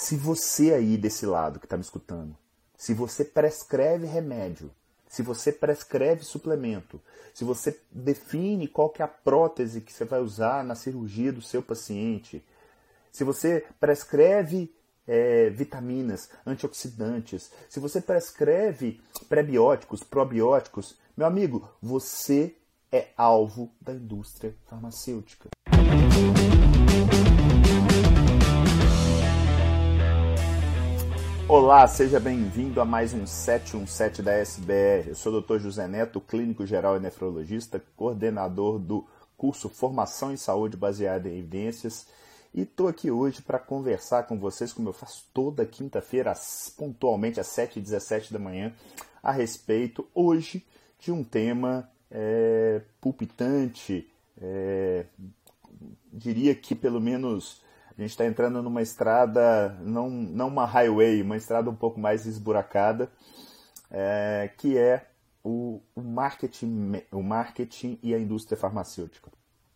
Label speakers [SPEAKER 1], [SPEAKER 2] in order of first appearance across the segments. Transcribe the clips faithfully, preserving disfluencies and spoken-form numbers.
[SPEAKER 1] Se você aí desse lado que está me escutando, se você prescreve remédio, se você prescreve suplemento, se você define qual que é a prótese que você vai usar na cirurgia do seu paciente, se você prescreve é, vitaminas, antioxidantes, se você prescreve prebióticos, probióticos, meu amigo, você é alvo da indústria farmacêutica. Olá, seja bem-vindo a mais um sete um sete da S B R. Eu sou o doutor José Neto, clínico geral e nefrologista, coordenador do curso Formação em Saúde Baseada em Evidências, e estou aqui hoje para conversar com vocês, como eu faço toda quinta-feira, pontualmente às sete e dezessete da manhã, a respeito, hoje, de um tema é, palpitante, é, diria que pelo menos a gente está entrando numa estrada, não, não uma highway, uma estrada um pouco mais esburacada, é, que é o, o, marketing, o marketing e a indústria farmacêutica.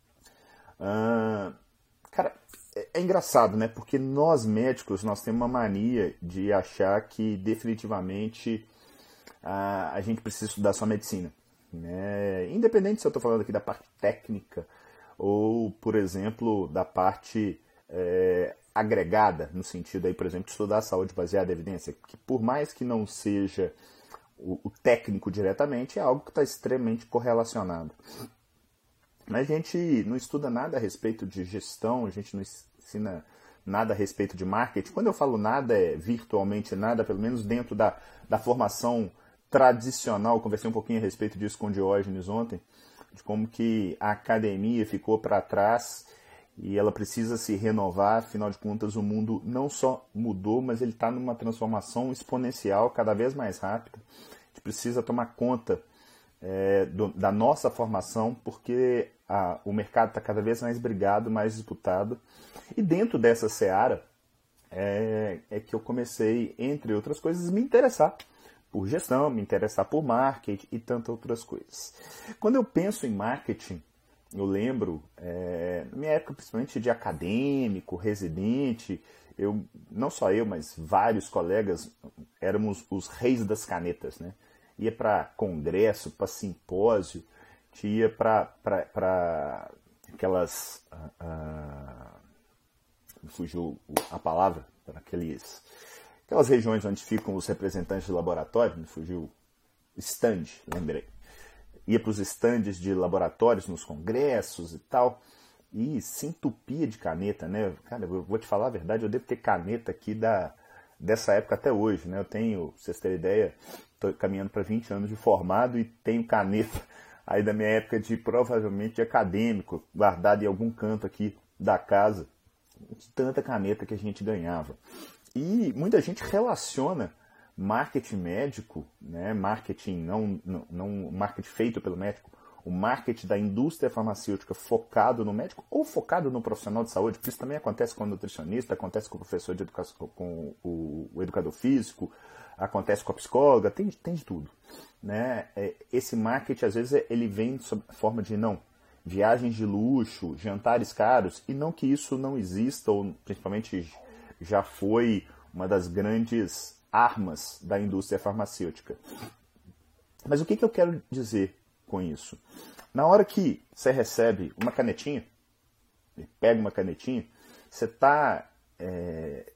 [SPEAKER 1] Ah, cara, é, é engraçado, né? Porque nós médicos, nós temos uma mania de achar que definitivamente a, a gente precisa estudar só medicina, né? Independente se eu estou falando aqui da parte técnica ou, por exemplo, da parte É, agregada, no sentido aí, por exemplo, de estudar a saúde baseada em evidência, que por mais que não seja o, o técnico diretamente, é algo que está extremamente correlacionado. Mas a gente não estuda nada a respeito de gestão, a gente não ensina nada a respeito de marketing. Quando eu falo nada, é virtualmente nada, pelo menos dentro da, da formação tradicional. Eu conversei um pouquinho a respeito disso com o Diógenes ontem, de como que a academia ficou para trás e ela precisa se renovar. Afinal de contas, o mundo não só mudou, mas ele está numa transformação exponencial, cada vez mais rápida. A gente precisa tomar conta é, do, da nossa formação, porque a, o mercado está cada vez mais brigado, mais disputado. E dentro dessa seara é, é que eu comecei, entre outras coisas, me interessar por gestão, me interessar por marketing e tantas outras coisas. Quando eu penso em marketing, eu lembro, é, na minha época, principalmente de acadêmico, residente, eu, não só eu, mas vários colegas éramos os reis das canetas, né? Ia para congresso, para simpósio, ia para aquelas... Uh, uh, fugiu a palavra, para aqueles, aquelas regiões onde ficam os representantes de laboratório, me fugiu, stand, lembrei. Ia para os estandes de laboratórios nos congressos e tal, e se entupia de caneta, né? Cara, eu vou te falar a verdade, eu devo ter caneta aqui da, dessa época até hoje, né? Eu tenho, pra vocês terem ideia, estou caminhando para vinte anos de formado e tenho caneta aí da minha época de, provavelmente, de acadêmico, guardada em algum canto aqui da casa, de tanta caneta que a gente ganhava. E muita gente relaciona marketing médico, né, marketing não, não, não marketing feito pelo médico, o marketing da indústria farmacêutica focado no médico ou focado no profissional de saúde, porque isso também acontece com o nutricionista, acontece com o professor de educação, com o, o educador físico, acontece com a psicóloga, tem, tem de tudo, né? Esse marketing, às vezes, ele vem sob forma de, não, viagens de luxo, jantares caros, e não que isso não exista, ou principalmente já foi uma das grandes armas da indústria farmacêutica. Mas o que, que eu quero dizer com isso? Na hora que você recebe uma canetinha, pega uma canetinha, você está é,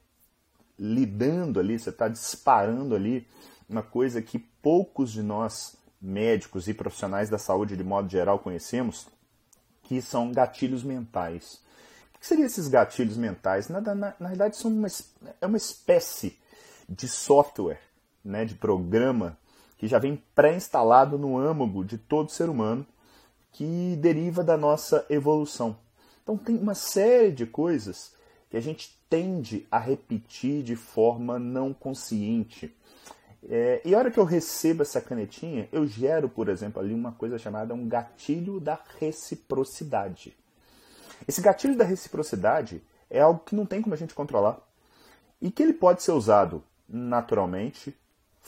[SPEAKER 1] lidando ali, você está disparando ali uma coisa que poucos de nós, médicos e profissionais da saúde de modo geral, conhecemos, que são gatilhos mentais. O que seriam esses gatilhos mentais? Na, na, na realidade, são uma, é uma espécie de software, né, de programa, que já vem pré-instalado no âmago de todo ser humano, que deriva da nossa evolução. Então tem uma série de coisas que a gente tende a repetir de forma não consciente. É, e a hora que eu recebo essa canetinha, eu gero, por exemplo, ali uma coisa chamada um gatilho da reciprocidade. Esse gatilho da reciprocidade é algo que não tem como a gente controlar e que ele pode ser usado naturalmente,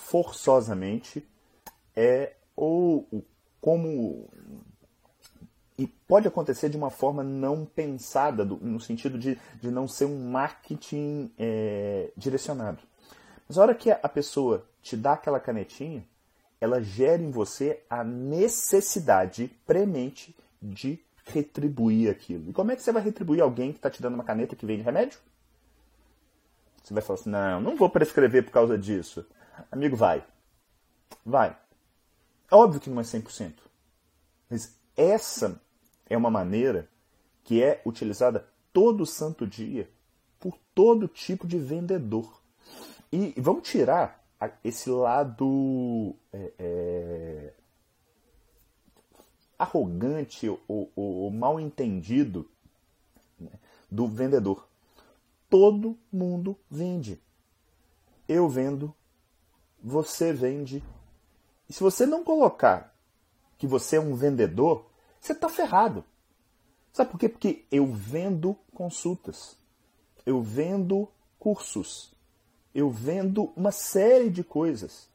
[SPEAKER 1] forçosamente, é, ou como E pode acontecer de uma forma não pensada, do, no sentido de, de não ser um marketing é, direcionado. Mas a hora que a pessoa te dá aquela canetinha, ela gera em você a necessidade premente de retribuir aquilo. E como é que você vai retribuir alguém que está te dando uma caneta que vende remédio? Você vai falar assim, não, não vou prescrever por causa disso. Amigo, vai. Vai. É óbvio que não é cem por cento. Mas essa é uma maneira que é utilizada todo santo dia por todo tipo de vendedor. E vamos tirar esse lado é, é, arrogante ou, ou, ou mal entendido, né, do vendedor. Todo mundo vende. Eu vendo, você vende. E se você não colocar que você é um vendedor, você está ferrado. Sabe por quê? Porque eu vendo consultas, eu vendo cursos, eu vendo uma série de coisas.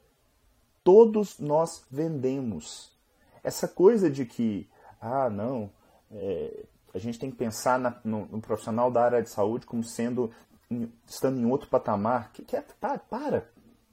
[SPEAKER 1] Todos nós vendemos. Essa coisa de que, ah, não, é, a gente tem que pensar na, no, no profissional da área de saúde como sendo, em, estando em outro patamar. Que, que é, para, para.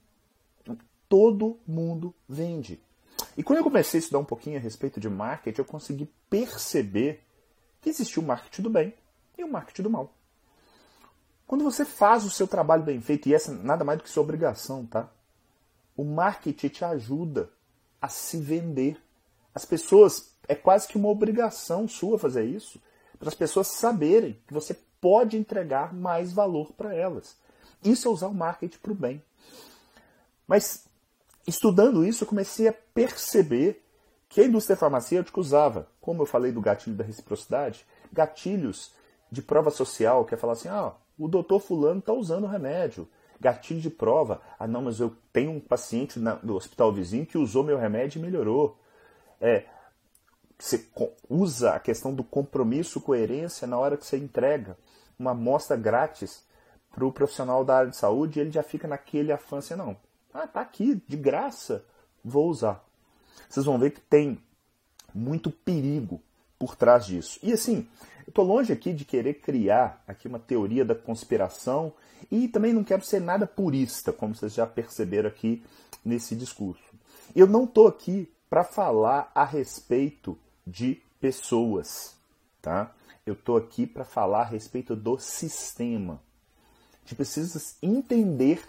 [SPEAKER 1] Todo mundo vende. E quando eu comecei a estudar um pouquinho a respeito de marketing, eu consegui perceber que existe o marketing do bem e o marketing do mal. Quando você faz o seu trabalho bem feito, e essa nada mais do que sua obrigação, tá? O marketing te ajuda a se vender. As pessoas, é quase que uma obrigação sua fazer isso, para as pessoas saberem que você pode entregar mais valor para elas. Isso é usar o marketing para o bem. Mas, estudando isso, eu comecei a perceber que a indústria farmacêutica usava, como eu falei do gatilho da reciprocidade, gatilhos de prova social, que é falar assim, ah, o doutor fulano está usando o remédio. Gatilho de prova, ah não, mas eu tenho um paciente na, do hospital vizinho que usou meu remédio e melhorou. É, você usa a questão do compromisso, coerência, na hora que você entrega uma amostra grátis para o profissional da área de saúde, ele já fica naquele afã assim, não, ah, tá aqui, de graça, vou usar. Vocês vão ver que tem muito perigo por trás disso. E assim, eu estou longe aqui de querer criar aqui uma teoria da conspiração e também não quero ser nada purista, como vocês já perceberam aqui nesse discurso. Eu não estou aqui para falar a respeito de pessoas, tá? Eu estou aqui para falar a respeito do sistema. A gente precisa entender,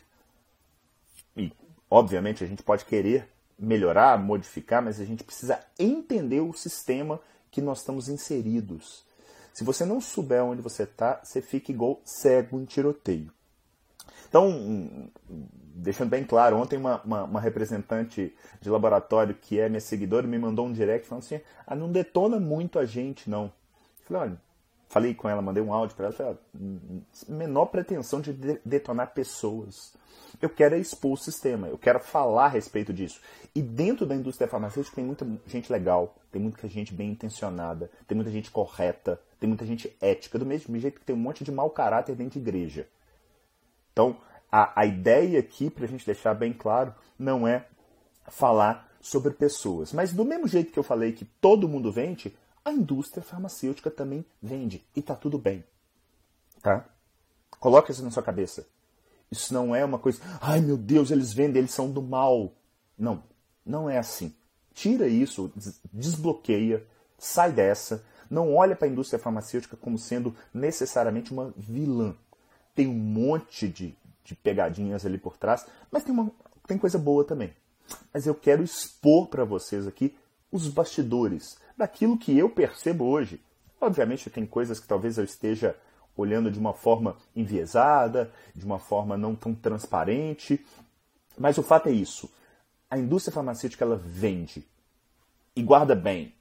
[SPEAKER 1] e obviamente a gente pode querer melhorar, modificar, mas a gente precisa entender o sistema que nós estamos inseridos. Se você não souber onde você está, você fica igual cego em tiroteio. Então, deixando bem claro, ontem uma, uma, uma representante de laboratório que é minha seguidora me mandou um direct falando assim, ah, não detona muito a gente, não. Eu falei, olha, falei com ela, mandei um áudio para ela, falei, menor pretensão de detonar pessoas. Eu quero expor o sistema, eu quero falar a respeito disso. E dentro da indústria farmacêutica tem muita gente legal, tem muita gente bem intencionada, tem muita gente correta, tem muita gente ética, do mesmo jeito que tem um monte de mau caráter dentro de igreja. Então, a, a ideia aqui, para a gente deixar bem claro, não é falar sobre pessoas. Mas do mesmo jeito que eu falei que todo mundo vende, a indústria farmacêutica também vende. E tá tudo bem. Tá? Coloca isso na sua cabeça. Isso não é uma coisa, ai meu Deus, eles vendem, eles são do mal. Não, não é assim. Tira isso, desbloqueia, sai dessa. Não olha para a indústria farmacêutica como sendo necessariamente uma vilã. Tem um monte de, de pegadinhas ali por trás, mas tem, uma, tem coisa boa também. Mas eu quero expor para vocês aqui os bastidores daquilo que eu percebo hoje. Obviamente tem coisas que talvez eu esteja olhando de uma forma enviesada, de uma forma não tão transparente, mas o fato é isso. A indústria farmacêutica, ela vende, e guarda bem,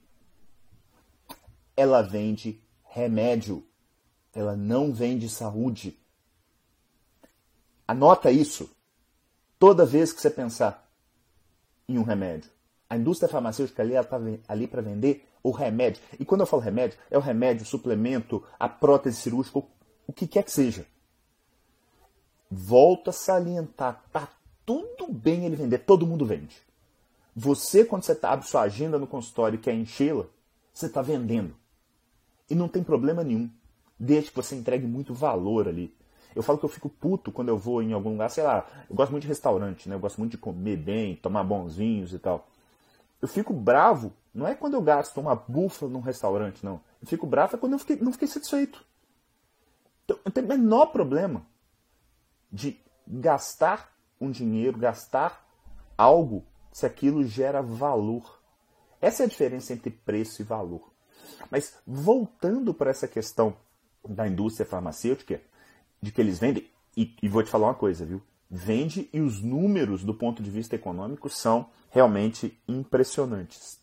[SPEAKER 1] ela vende remédio, ela não vende saúde. Anota isso toda vez que você pensar em um remédio. A indústria farmacêutica ali está ali para vender o remédio. E quando eu falo remédio, é o remédio, o suplemento, a prótese cirúrgica, o que quer que seja. Volto a salientar, tá tudo bem ele vender, todo mundo vende. Você, quando você abre sua agenda no consultório e quer enchê-la, Você está vendendo. E não tem problema nenhum, desde que você entregue muito valor ali. Eu falo que eu fico puto quando eu vou em algum lugar, sei lá, eu gosto muito de restaurante, né? Eu gosto muito de comer bem, tomar bons vinhos e tal. Eu fico bravo, não é quando eu gasto uma bufa num restaurante, não. Eu fico bravo é quando eu fiquei, não fiquei satisfeito. Então, não tem o menor problema de gastar um dinheiro, gastar algo, se aquilo gera valor. Essa é a diferença entre preço e valor. Mas voltando para essa questão da indústria farmacêutica, de que eles vendem, e, e vou te falar uma coisa, viu? Vende e os números do ponto de vista econômico são realmente impressionantes.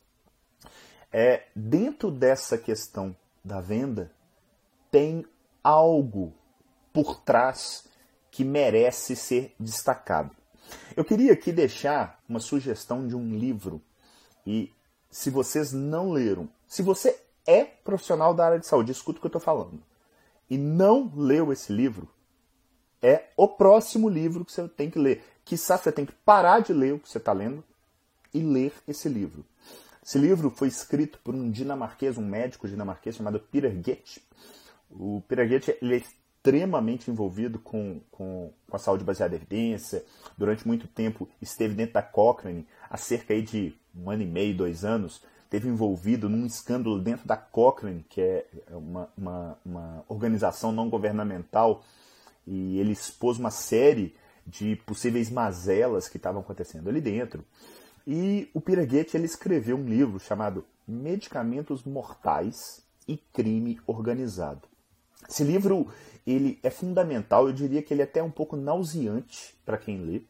[SPEAKER 1] É, dentro dessa questão da venda, tem algo por trás que merece ser destacado. Eu queria aqui deixar uma sugestão de um livro, e se vocês não leram, se você é profissional da área de saúde, escuta o que eu estou falando, e não leu esse livro, é o próximo livro que você tem que ler. Quiçá você tem que parar de ler o que você está lendo e ler esse livro. Esse livro foi escrito por um dinamarquês, um médico dinamarquês chamado Peter Goethe. O Peter Goethe ele é extremamente envolvido com, com, com a saúde baseada em evidência. Durante muito tempo esteve dentro da Cochrane, há cerca aí de um ano e meio, dois anos, esteve envolvido num escândalo dentro da Cochrane, que é uma, uma, uma organização não governamental, e ele expôs uma série de possíveis mazelas que estavam acontecendo ali dentro. E o Peter Goethe ele escreveu um livro chamado Medicamentos Mortais e Crime Organizado. Esse livro ele é fundamental, eu diria que ele é até um pouco nauseante para quem lê,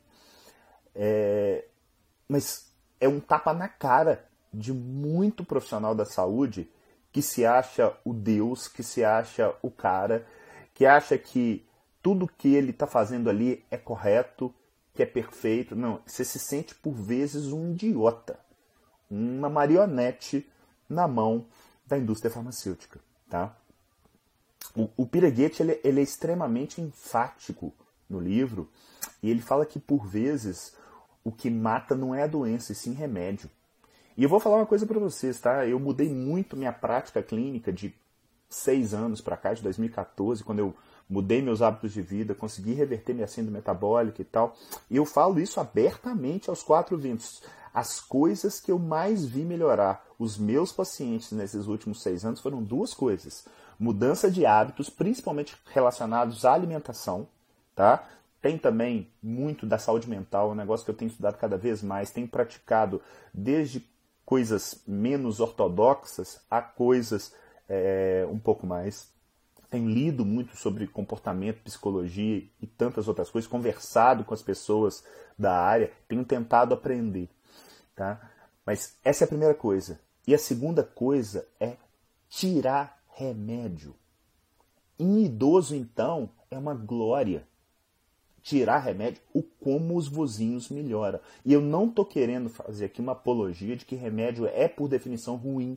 [SPEAKER 1] é, mas é um tapa na cara de muito profissional da saúde que se acha o Deus, que se acha o cara, que acha que tudo que ele está fazendo ali é correto, que é perfeito. Não, você se sente por vezes um idiota, uma marionete na mão da indústria farmacêutica. Tá? O, o Peter Goethe ele, ele é extremamente enfático no livro, e ele fala que por vezes o que mata não é a doença, e sim remédio. E eu vou falar uma coisa para vocês, tá? Eu mudei muito minha prática clínica de seis anos para cá, de dois mil e quatorze, quando eu mudei meus hábitos de vida, consegui reverter minha síndrome metabólica e tal. E eu falo isso abertamente aos quatro ventos. As coisas que eu mais vi melhorar os meus pacientes nesses últimos seis anos foram duas coisas. Mudança de hábitos, principalmente relacionados à alimentação, tá? Tem também muito da saúde mental, um negócio que eu tenho estudado cada vez mais, tenho praticado desde coisas menos ortodoxas a coisas é, um pouco mais. Tenho lido muito sobre comportamento, psicologia e tantas outras coisas, conversado com as pessoas da área, tenho tentado aprender. Tá? Mas essa é a primeira coisa. E a segunda coisa é tirar remédio. Em idoso, então, é uma glória. Tirar remédio, o como os vozinhos melhora. E eu não estou querendo fazer aqui uma apologia de que remédio é, por definição, ruim.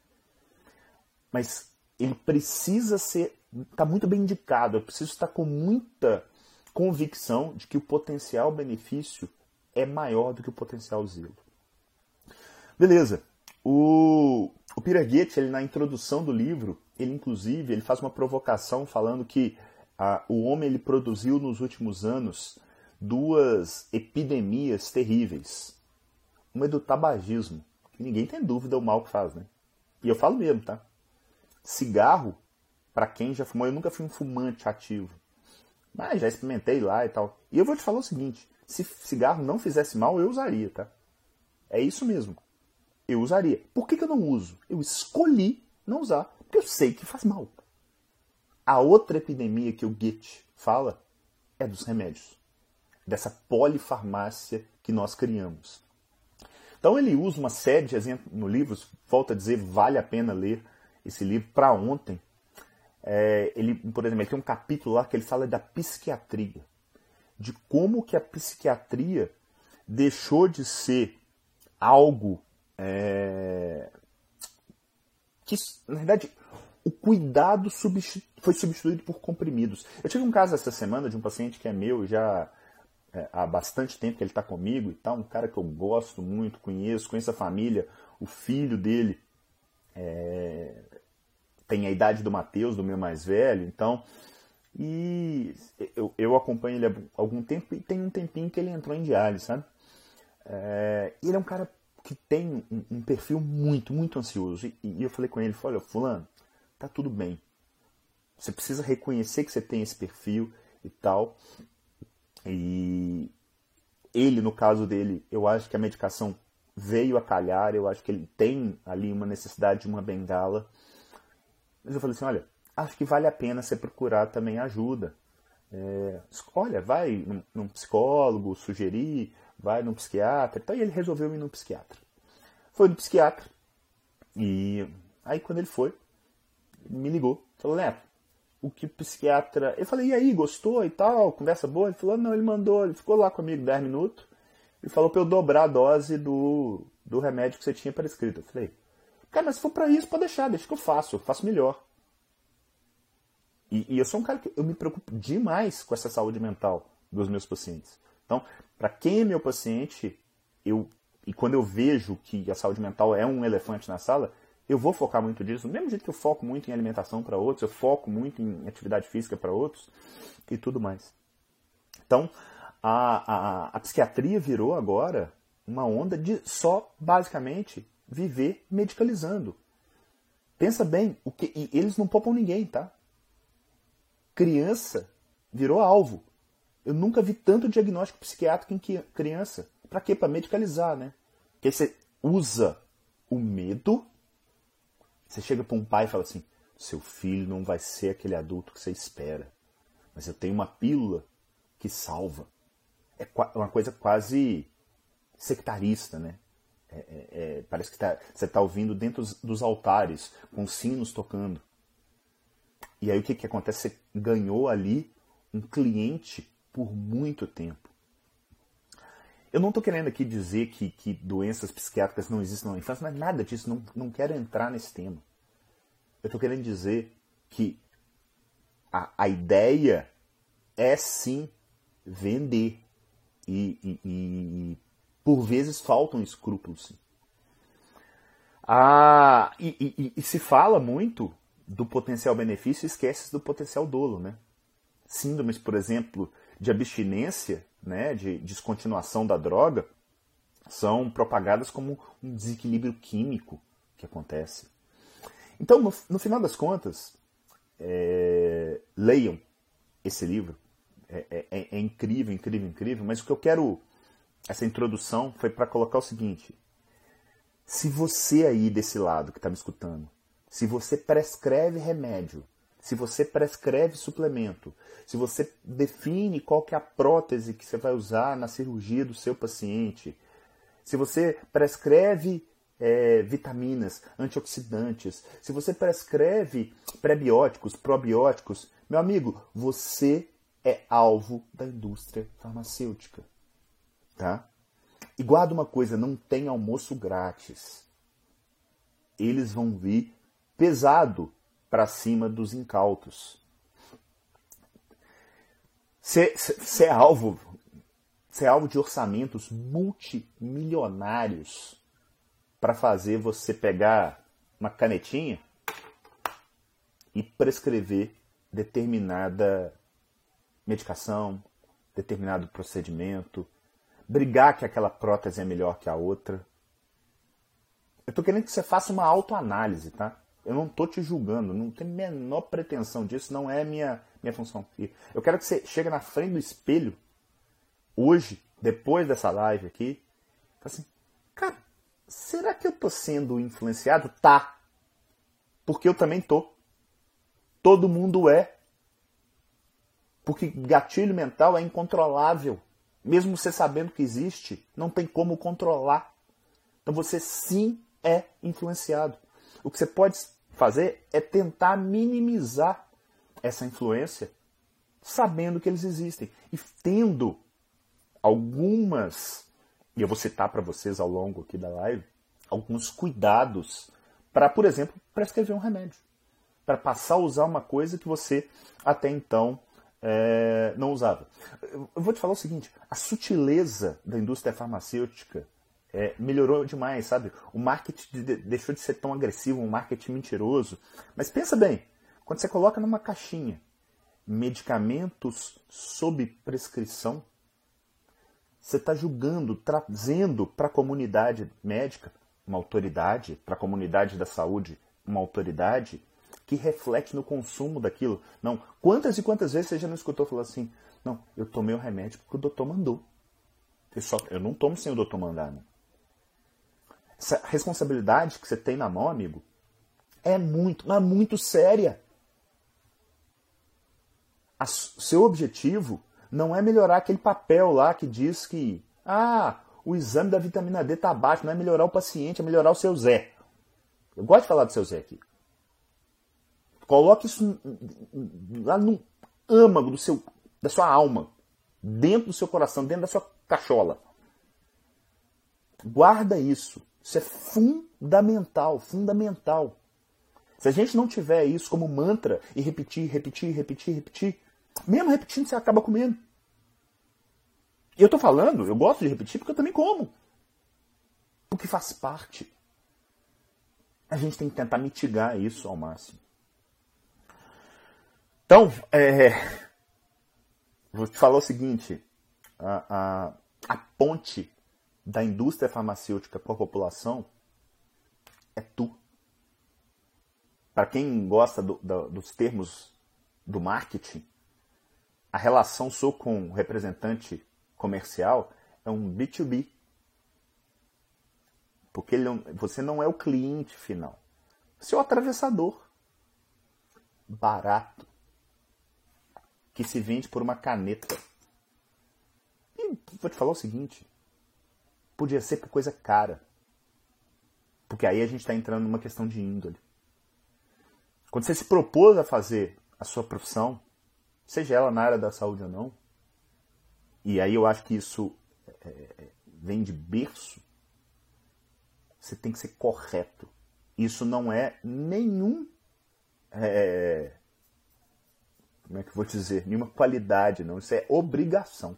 [SPEAKER 1] Mas ele precisa ser, está muito bem indicado, eu preciso estar com muita convicção de que o potencial benefício é maior do que o potencial zelo. Beleza. O, o Peter Goethe, ele, na introdução do livro, ele inclusive ele faz uma provocação falando que a, o homem ele produziu nos últimos anos duas epidemias terríveis. Uma é do tabagismo, que ninguém tem dúvida o mal que faz, né? E eu falo mesmo, tá? Cigarro, para quem já fumou, eu nunca fui um fumante ativo, mas já experimentei lá e tal. E eu vou te falar o seguinte, se cigarro não fizesse mal, eu usaria, tá? É isso mesmo. Eu usaria. Por que que eu não uso? Eu escolhi não usar, porque eu sei que faz mal. A outra epidemia que o Goethe fala é dos remédios. Dessa polifarmácia que nós criamos. Então ele usa uma série de exemplos no livro, volto a dizer, vale a pena ler esse livro para ontem. É, ele, por exemplo, ele tem um capítulo lá que ele fala da psiquiatria. De como que a psiquiatria deixou de ser algo é, que, na verdade, o cuidado substitu- foi substituído por comprimidos. Eu tive um caso essa semana de um paciente que é meu já é, há bastante tempo que ele está comigo e tal, um cara que eu gosto muito, conheço, conheço a família, o filho dele É, tem a idade do Matheus, do meu mais velho, então... E eu, eu acompanho ele há algum tempo e tem um tempinho que ele entrou em diálise, sabe? É, ele é um cara que tem um, um perfil muito, muito ansioso. E, e eu falei com ele, falei, olha, fulano, tá tudo bem. Você precisa reconhecer que você tem esse perfil e tal. E ele, no caso dele, eu acho que a medicação veio a calhar, eu acho que ele tem ali uma necessidade de uma bengala. Mas eu falei assim, olha, acho que vale a pena você procurar também ajuda. É, olha, vai num, num psicólogo, sugerir, vai num psiquiatra. Então ele resolveu ir num psiquiatra. Foi no psiquiatra. E aí quando ele foi, ele me ligou. Falou, Neto, o que o psiquiatra... Eu falei, e aí, gostou e tal? Conversa boa? Ele falou, não, ele mandou, ele ficou lá comigo dez minutos. Ele falou pra eu dobrar a dose do, do remédio que você tinha prescrito. Eu falei, cara, mas se for pra isso, pode deixar, deixa que eu faço, eu faço melhor. E, e eu sou um cara que eu me preocupo demais com essa saúde mental dos meus pacientes. Então, para quem é meu paciente, eu, e quando eu vejo que a saúde mental é um elefante na sala, eu vou focar muito disso. Do mesmo jeito que eu foco muito em alimentação para outros, eu foco muito em atividade física para outros e tudo mais. Então, a, a, a psiquiatria virou agora uma onda de só, basicamente, viver medicalizando. Pensa bem, o que, e eles não poupam ninguém, tá? Criança virou alvo. Eu nunca vi tanto diagnóstico psiquiátrico em criança. Pra quê? Pra medicalizar, né? Porque aí você usa o medo, você chega pra um pai e fala assim, seu filho não vai ser aquele adulto que você espera, mas eu tenho uma pílula que salva. É uma coisa quase sectarista, né? É, é, é, parece que tá, você está ouvindo dentro dos, dos altares, com sinos tocando. E aí o que, que acontece? Você ganhou ali um cliente por muito tempo. Eu não estou querendo aqui dizer que, que doenças psiquiátricas não existem na infância, mas nada disso, não, não quero entrar nesse tema. Eu estou querendo dizer que a, a ideia é sim vender. E, e, e por vezes faltam escrúpulos. Sim. Ah, e, e, e se fala muito do potencial benefício e esquece do potencial dolo, né? Síndromes, por exemplo, de abstinência, né, de descontinuação da droga, são propagadas como um desequilíbrio químico que acontece. Então, no, no final das contas, é, leiam esse livro. É, é, é incrível, incrível, incrível, mas o que eu quero, essa introdução, foi para colocar o seguinte: se você aí desse lado que está me escutando, se você prescreve remédio, se você prescreve suplemento, se você define qual que é a prótese que você vai usar na cirurgia do seu paciente, se você prescreve é, vitaminas, antioxidantes, se você prescreve prebióticos, probióticos, meu amigo, você é alvo da indústria farmacêutica. Tá? E guarda uma coisa, não tem almoço grátis. Eles vão vir pesado para cima dos incautos. Você é alvo, você é alvo de orçamentos multimilionários para fazer você pegar uma canetinha e prescrever determinada medicação, determinado procedimento, brigar que aquela prótese é melhor que a outra. Eu estou querendo que você faça uma autoanálise, tá? Eu não estou te julgando, não tenho a menor pretensão disso, não é minha, minha função aqui. Eu quero que você chegue na frente do espelho, hoje, depois dessa live aqui, e fala assim, cara, será que eu estou sendo influenciado? Tá. Porque eu também tô. Todo mundo é. Porque gatilho mental é incontrolável. Mesmo você sabendo que existe, não tem como controlar. Então você sim é influenciado. O que você pode fazer é tentar minimizar essa influência, sabendo que eles existem. E tendo algumas, e eu vou citar para vocês ao longo aqui da live, alguns cuidados para, por exemplo, prescrever um remédio. Para passar a usar uma coisa que você até então é, não usava. Eu vou te falar o seguinte, a sutileza da indústria farmacêutica é, melhorou demais, sabe? O marketing de, deixou de ser tão agressivo, um marketing mentiroso. Mas pensa bem, quando você coloca numa caixinha medicamentos sob prescrição, você está julgando, trazendo para a comunidade médica uma autoridade, para a comunidade da saúde uma autoridade que reflete no consumo daquilo. Não, quantas e quantas vezes você já não escutou falar assim, não, eu tomei o remédio porque o doutor mandou. Eu, só, eu não tomo sem o doutor mandar, né? Essa responsabilidade que você tem na mão, amigo, é muito, mas muito séria. A, seu objetivo não é melhorar aquele papel lá que diz que ah, o exame da vitamina D está baixo, não é melhorar o paciente, é melhorar o seu Zé. Eu gosto de falar do seu Zé aqui. Coloque isso lá no âmago do seu, da sua alma, dentro do seu coração, dentro da sua cachola. Guarda isso. Isso é fundamental, fundamental. Se a gente não tiver isso como mantra e repetir, repetir, repetir, repetir, mesmo repetindo você acaba comendo. E eu tô falando, eu gosto de repetir porque eu também como. Porque faz parte. A gente tem que tentar mitigar isso ao máximo. Então, é, vou te falar o seguinte, a, a, a ponte da indústria farmacêutica com a população é tu. Para quem gosta do, do, dos termos do marketing, a relação sua com o representante comercial é um B dois B. Porque ele, você não é o cliente final. Você é o atravessador. Barato. Que se vende por uma caneta. E vou te falar o seguinte. Podia ser por coisa cara. Porque aí a gente está entrando numa questão de índole. Quando você se propôs a fazer a sua profissão, seja ela na área da saúde ou não, e aí eu acho que isso é, vem de berço, você tem que ser correto. Isso não é nenhum... É, como é que eu vou dizer? Nenhuma qualidade, não. Isso é obrigação.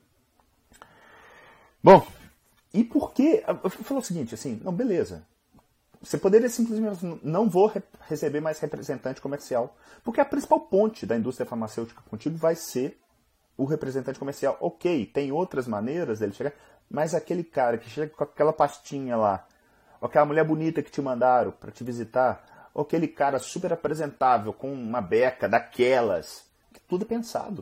[SPEAKER 1] Bom, e por que... Eu falo o seguinte, assim, não, beleza. Você poderia simplesmente... Não vou re- receber mais representante comercial. Porque a principal ponte da indústria farmacêutica contigo vai ser o representante comercial. Ok, tem outras maneiras dele chegar, mas aquele cara que chega com aquela pastinha lá, ou aquela mulher bonita que te mandaram para te visitar, ou aquele cara super apresentável com uma beca daquelas, tudo é pensado.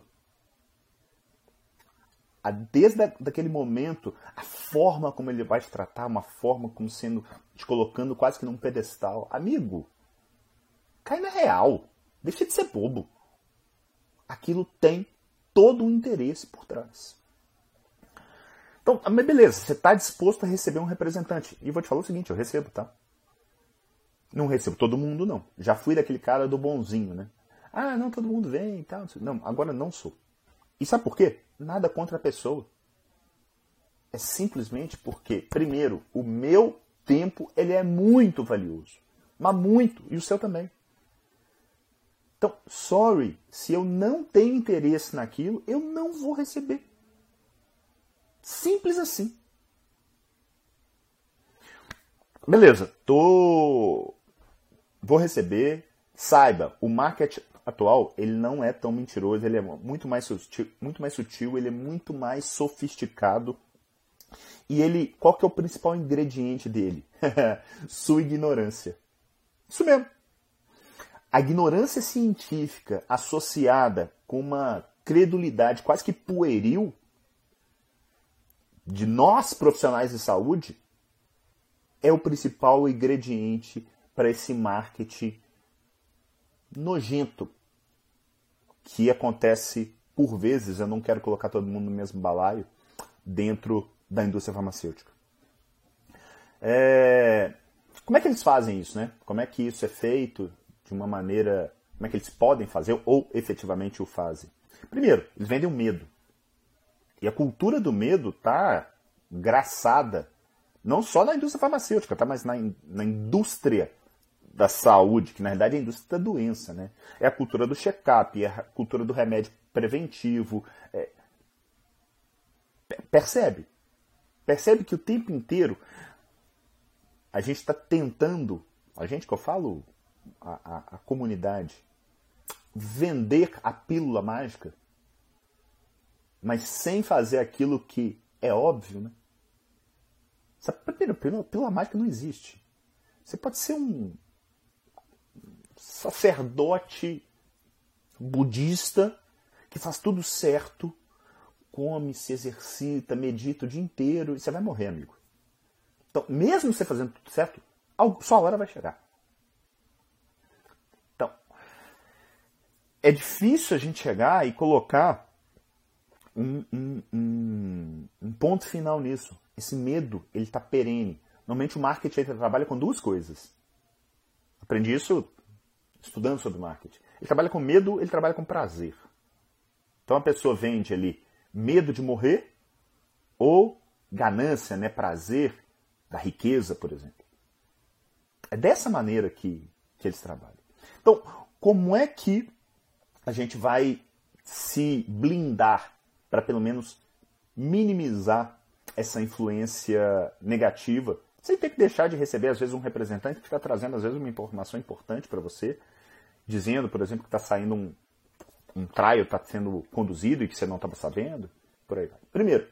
[SPEAKER 1] Desde aquele momento, a forma como ele vai te tratar, uma forma como sendo, te colocando quase que num pedestal. Amigo, cai na real. Deixa de ser bobo. Aquilo tem todo um interesse por trás. Então, mas beleza, você está disposto a receber um representante. E eu vou te falar o seguinte, eu recebo, tá? Não recebo todo mundo, não. Já fui daquele cara do bonzinho, né? Ah, não, todo mundo vem e tal. Não, agora não sou. E sabe por quê? Nada contra a pessoa. É simplesmente porque, primeiro, o meu tempo ele é muito valioso. Mas muito. E o seu também. Então, sorry, se eu não tenho interesse naquilo, eu não vou receber. Simples assim. Beleza, tô... vou receber. Saiba, o marketing atual, ele não é tão mentiroso, ele é muito mais sutil, muito mais sutil, ele é muito mais sofisticado. E ele, qual que é o principal ingrediente dele? Sua ignorância. Isso mesmo. A ignorância científica associada com uma credulidade quase que pueril de nós profissionais de saúde é o principal ingrediente para esse marketing nojento que acontece por vezes, eu não quero colocar todo mundo no mesmo balaio, dentro da indústria farmacêutica. É... Como é que eles fazem isso, né? Como é que isso é feito de uma maneira... Como é que eles podem fazer ou efetivamente o fazem? Primeiro, eles vendem o medo. E a cultura do medo está graçada, não só na indústria farmacêutica, tá? Mas na, in... na indústria da saúde, que na verdade é a indústria da doença, né? É a cultura do check-up, é a cultura do remédio preventivo. É... Percebe? Percebe que o tempo inteiro a gente está tentando, a gente que eu falo, a, a, a comunidade, vender a pílula mágica, mas sem fazer aquilo que é óbvio, né? Primeiro, pílula, pílula mágica não existe. Você pode ser um sacerdote budista que faz tudo certo, come, se exercita, medita o dia inteiro e você vai morrer, amigo. Então, mesmo você fazendo tudo certo, sua hora vai chegar. Então, é difícil a gente chegar e colocar um, um, um, um ponto final nisso. Esse medo, ele está perene. Normalmente o marketing ele trabalha com duas coisas. Aprendi isso estudando sobre marketing. Ele trabalha com medo, ele trabalha com prazer. Então a pessoa vende ali medo de morrer ou ganância, né, prazer da riqueza, por exemplo. É dessa maneira que, que eles trabalham. Então, como é que a gente vai se blindar para pelo menos minimizar essa influência negativa, sem ter que deixar de receber, às vezes, um representante que fica trazendo, às vezes, uma informação importante para você, dizendo, por exemplo, que está saindo um, um trial, está sendo conduzido e que você não estava sabendo, por aí vai. Primeiro,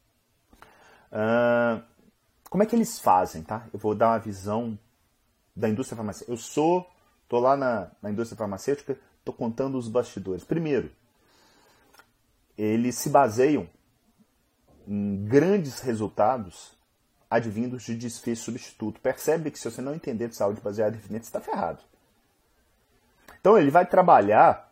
[SPEAKER 1] uh, como é que eles fazem, tá? Eu vou dar uma visão da indústria farmacêutica. Eu sou, estou lá na, na indústria farmacêutica, estou contando os bastidores. Primeiro, eles se baseiam em grandes resultados advindos de desfecho substituto. Percebe que se você não entender de saúde baseada em evidência, você está ferrado. Então ele vai trabalhar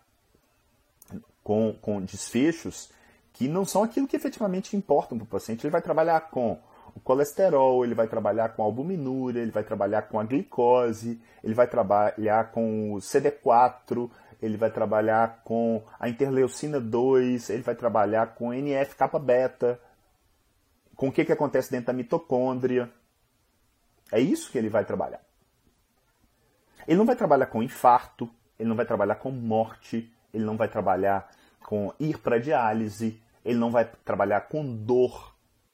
[SPEAKER 1] com, com desfechos que não são aquilo que efetivamente importam para o paciente. Ele vai trabalhar com o colesterol, ele vai trabalhar com a albuminúria, ele vai trabalhar com a glicose, ele vai trabalhar com o C D quatro, ele vai trabalhar com a interleucina dois, ele vai trabalhar com N F kappa beta, com o que, que acontece dentro da mitocôndria. É isso que ele vai trabalhar. Ele não vai trabalhar com infarto, ele não vai trabalhar com morte, ele não vai trabalhar com ir para diálise, ele não vai trabalhar com dor.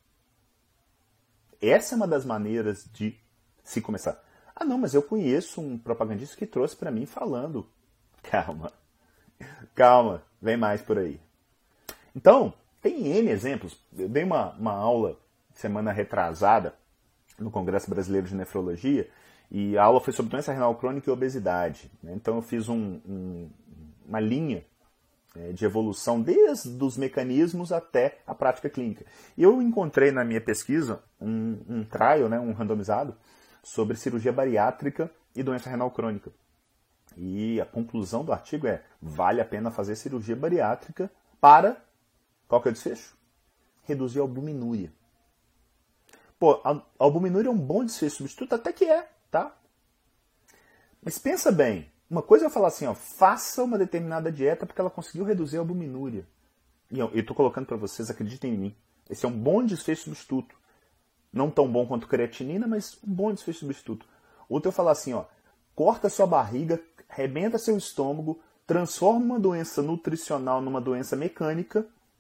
[SPEAKER 1] Essa é uma das maneiras de se começar. Ah, não, mas eu conheço um propagandista que trouxe para mim falando. Calma, calma, vem mais por aí. Então, tem N exemplos. Eu dei uma, uma aula semana retrasada no Congresso Brasileiro de Nefrologia e a aula foi sobre doença renal crônica e obesidade. Então eu fiz um, um, uma linha é, de evolução desde os mecanismos até a prática clínica. E eu encontrei na minha pesquisa um, um trial, né, um randomizado, sobre cirurgia bariátrica e doença renal crônica. E a conclusão do artigo é: vale a pena fazer cirurgia bariátrica para... Qual que é o desfecho? Reduzir a albuminúria. Pô, a albuminúria é um bom desfecho substituto? Até que é, tá? Mas pensa bem, uma coisa é eu falar assim, ó, faça uma determinada dieta porque ela conseguiu reduzir a albuminúria. E eu estou colocando para vocês, acreditem em mim, esse é um bom desfecho substituto. Não tão bom quanto creatinina, mas um bom desfecho substituto. Outro eu falar assim, ó, corta sua barriga, rebenta seu estômago, transforma uma doença nutricional numa doença mecânica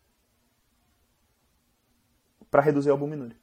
[SPEAKER 1] para reduzir a albuminúria.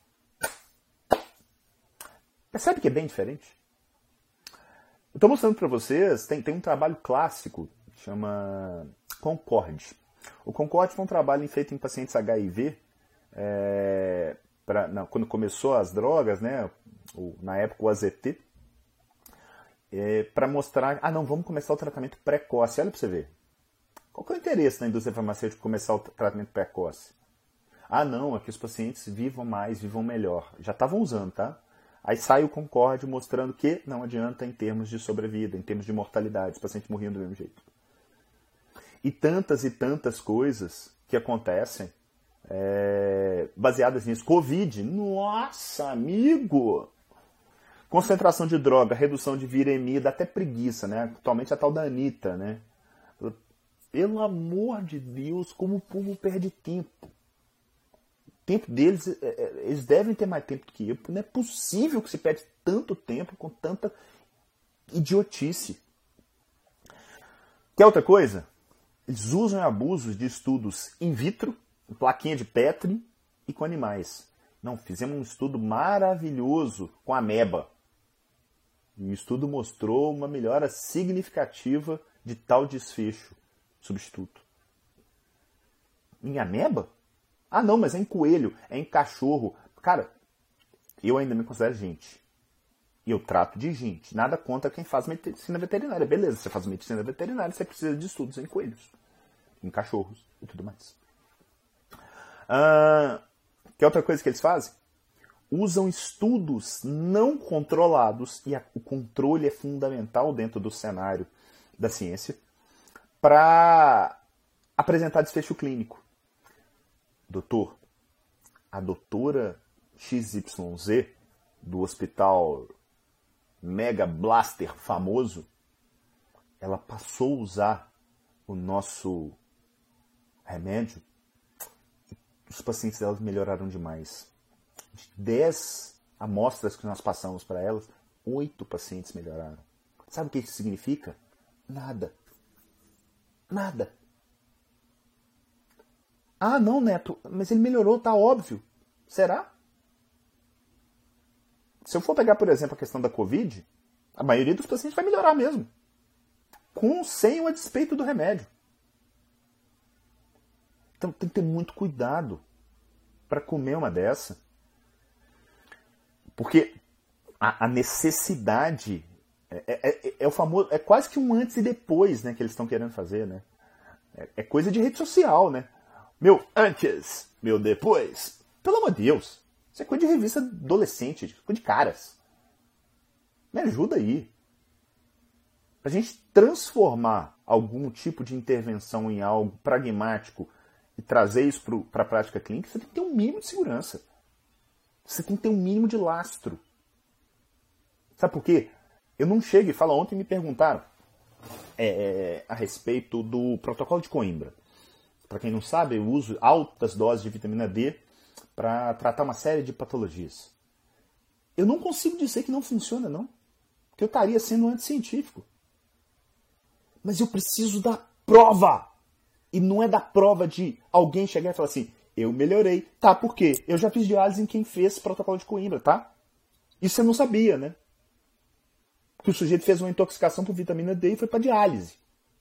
[SPEAKER 1] Percebe que é bem diferente? Eu estou mostrando para vocês, tem, tem um trabalho clássico, chama Concorde. O Concorde foi um trabalho feito em pacientes H I V, é, pra, não, quando começou as drogas, né, o, na época o A Z T, é, para mostrar, ah não, vamos começar o tratamento precoce. Olha para você ver. Qual que é o interesse da indústria farmacêutica começar o tratamento precoce? Ah não, é que os pacientes vivam mais, vivam melhor. Já estavam usando, tá? Aí sai o Concorde mostrando que não adianta em termos de sobrevida, em termos de mortalidade, os pacientes morriam do mesmo jeito. E tantas e tantas coisas que acontecem é, baseadas nisso. Covid, nossa, amigo! Concentração de droga, redução de viremia, dá até preguiça, né? Atualmente a tal da Anitta, né? Pelo amor de Deus, como o povo perde tempo. O tempo deles, eles devem ter mais tempo do que eu, porque não é possível que se perde tanto tempo com tanta idiotice. Quer outra coisa? Eles usam e abusam de estudos in vitro, plaquinha de Petri e com animais. Não, fizemos um estudo maravilhoso com ameba. E o estudo mostrou uma melhora significativa de tal desfecho substituto. Em ameba? Ah, não, mas é em coelho, é em cachorro. Cara, eu ainda me considero gente. E eu trato de gente. Nada contra quem faz medicina veterinária. Beleza, você faz medicina veterinária, você precisa de estudos em coelhos, em cachorros e tudo mais. Ah, que outra coisa que eles fazem? Usam estudos não controlados, e a, o controle é fundamental dentro do cenário da ciência, para apresentar desfecho clínico. Doutor, a doutora X Y Z do hospital Mega Blaster famoso, ela passou a usar o nosso remédio e os pacientes delas melhoraram demais. De dez amostras que nós passamos para elas, oito pacientes melhoraram. Sabe o que isso significa? Nada. Nada. Ah, não, Neto, mas ele melhorou, tá óbvio. Será? Se eu for pegar, por exemplo, a questão da Covid, a maioria dos pacientes vai melhorar mesmo. Com, sem ou a despeito do remédio. Então tem que ter muito cuidado para comer uma dessa. Porque a, a necessidade é, é, é o famoso, é quase que um antes e depois, né, que eles estão querendo fazer, né? É, é coisa de rede social, né? Meu antes, meu depois. Pelo amor de Deus. Isso é coisa de revista adolescente, coisa de caras. Me ajuda aí. Pra gente transformar algum tipo de intervenção em algo pragmático e trazer isso para a prática clínica, você tem que ter um mínimo de segurança. Você tem que ter um mínimo de lastro. Sabe por quê? Eu não chego e falo, ontem me perguntaram é, a respeito do protocolo de Coimbra. Para quem não sabe, eu uso altas doses de vitamina D para tratar uma série de patologias. Eu não consigo dizer que não funciona, não. Porque eu estaria sendo anticientífico. Mas eu preciso da prova. E não é da prova de alguém chegar e falar assim, eu melhorei. Tá, por quê? Eu já fiz diálise em quem fez protocolo de Coimbra, tá? Isso você não sabia, né? Que o sujeito fez uma intoxicação por vitamina D e foi para diálise.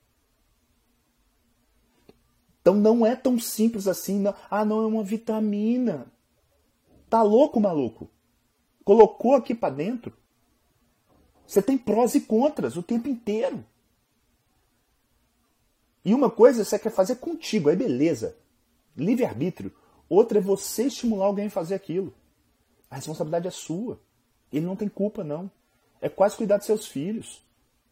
[SPEAKER 1] Então não é tão simples assim. Não. Ah, não, é uma vitamina. Tá louco, maluco? Colocou aqui para dentro. Você tem prós e contras o tempo inteiro. E uma coisa você quer fazer contigo, é beleza. Livre-arbítrio. Outra é você estimular alguém a fazer aquilo. A responsabilidade é sua. Ele não tem culpa, não. É quase cuidar dos seus filhos.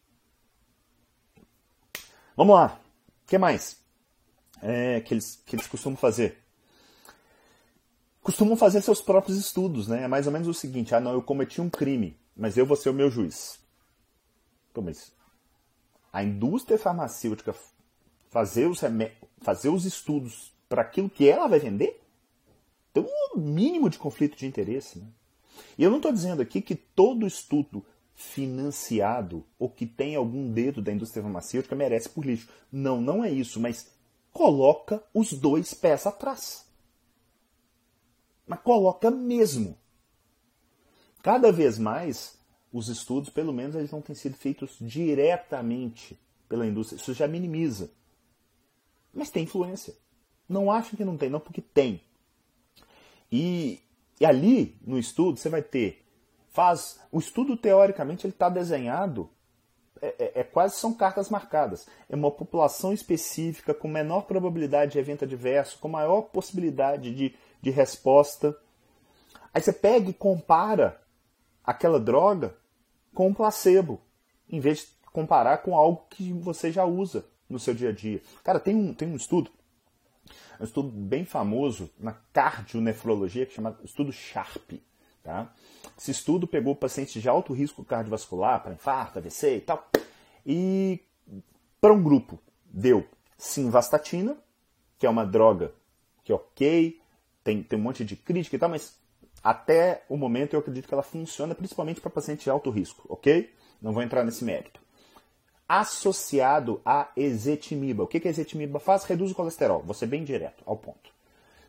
[SPEAKER 1] Vamos lá. O que mais? É, que, eles, que eles costumam fazer? Costumam fazer seus próprios estudos, né? É mais ou menos o seguinte, ah não, eu cometi um crime, mas eu vou ser o meu juiz. Pô, mas a indústria farmacêutica fazer os, remé- fazer os estudos para aquilo que ela vai vender? Tem um mínimo de conflito de interesse, né? E eu não estou dizendo aqui que todo estudo financiado ou que tem algum dedo da indústria farmacêutica merece por lixo. Não, não é isso, mas coloca os dois pés atrás. Mas coloca mesmo. Cada vez mais, os estudos, pelo menos, eles não têm sido feitos diretamente pela indústria. Isso já minimiza. Mas tem influência. Não achem que não tem, não, porque tem. E, e ali, no estudo, você vai ter... Faz, o estudo, teoricamente, ele está desenhado... É, é, é quase são cartas marcadas. É uma população específica com menor probabilidade de evento adverso, com maior possibilidade de, de resposta. Aí você pega e compara aquela droga com um placebo, em vez de comparar com algo que você já usa no seu dia a dia. Cara, tem um, tem um estudo, um estudo bem famoso na cardionefrologia, que chama estudo SHARP. Tá? Esse estudo pegou pacientes de alto risco cardiovascular, para infarto, A V C e tal, e para um grupo deu simvastatina, que é uma droga que ok, tem, tem um monte de crítica e tal, mas até o momento eu acredito que ela funciona principalmente para pacientes de alto risco, ok? Não vou entrar nesse mérito. Associado a ezetimiba. O que, que a ezetimiba faz? Reduz o colesterol. Vou ser bem direto, ao ponto. Então,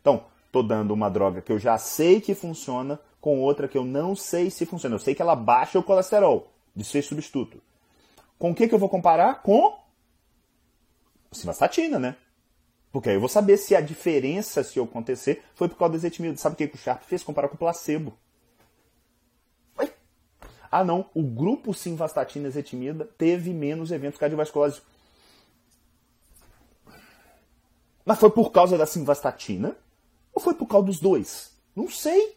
[SPEAKER 1] estou dando uma droga que eu já sei que funciona com outra que eu não sei se funciona. Eu sei que ela baixa o colesterol, desfecho substituto. Com o que, que eu vou comparar? Com simvastatina, né? Porque aí eu vou saber se a diferença, se acontecer, foi por causa do ezetimibe. Sabe o que o Sharp fez? Comparar com o placebo. Ah, não. O grupo simvastatina ezetimibe teve menos eventos cardiovasculares. Mas foi por causa da simvastatina? Ou foi por causa dos dois? Não sei.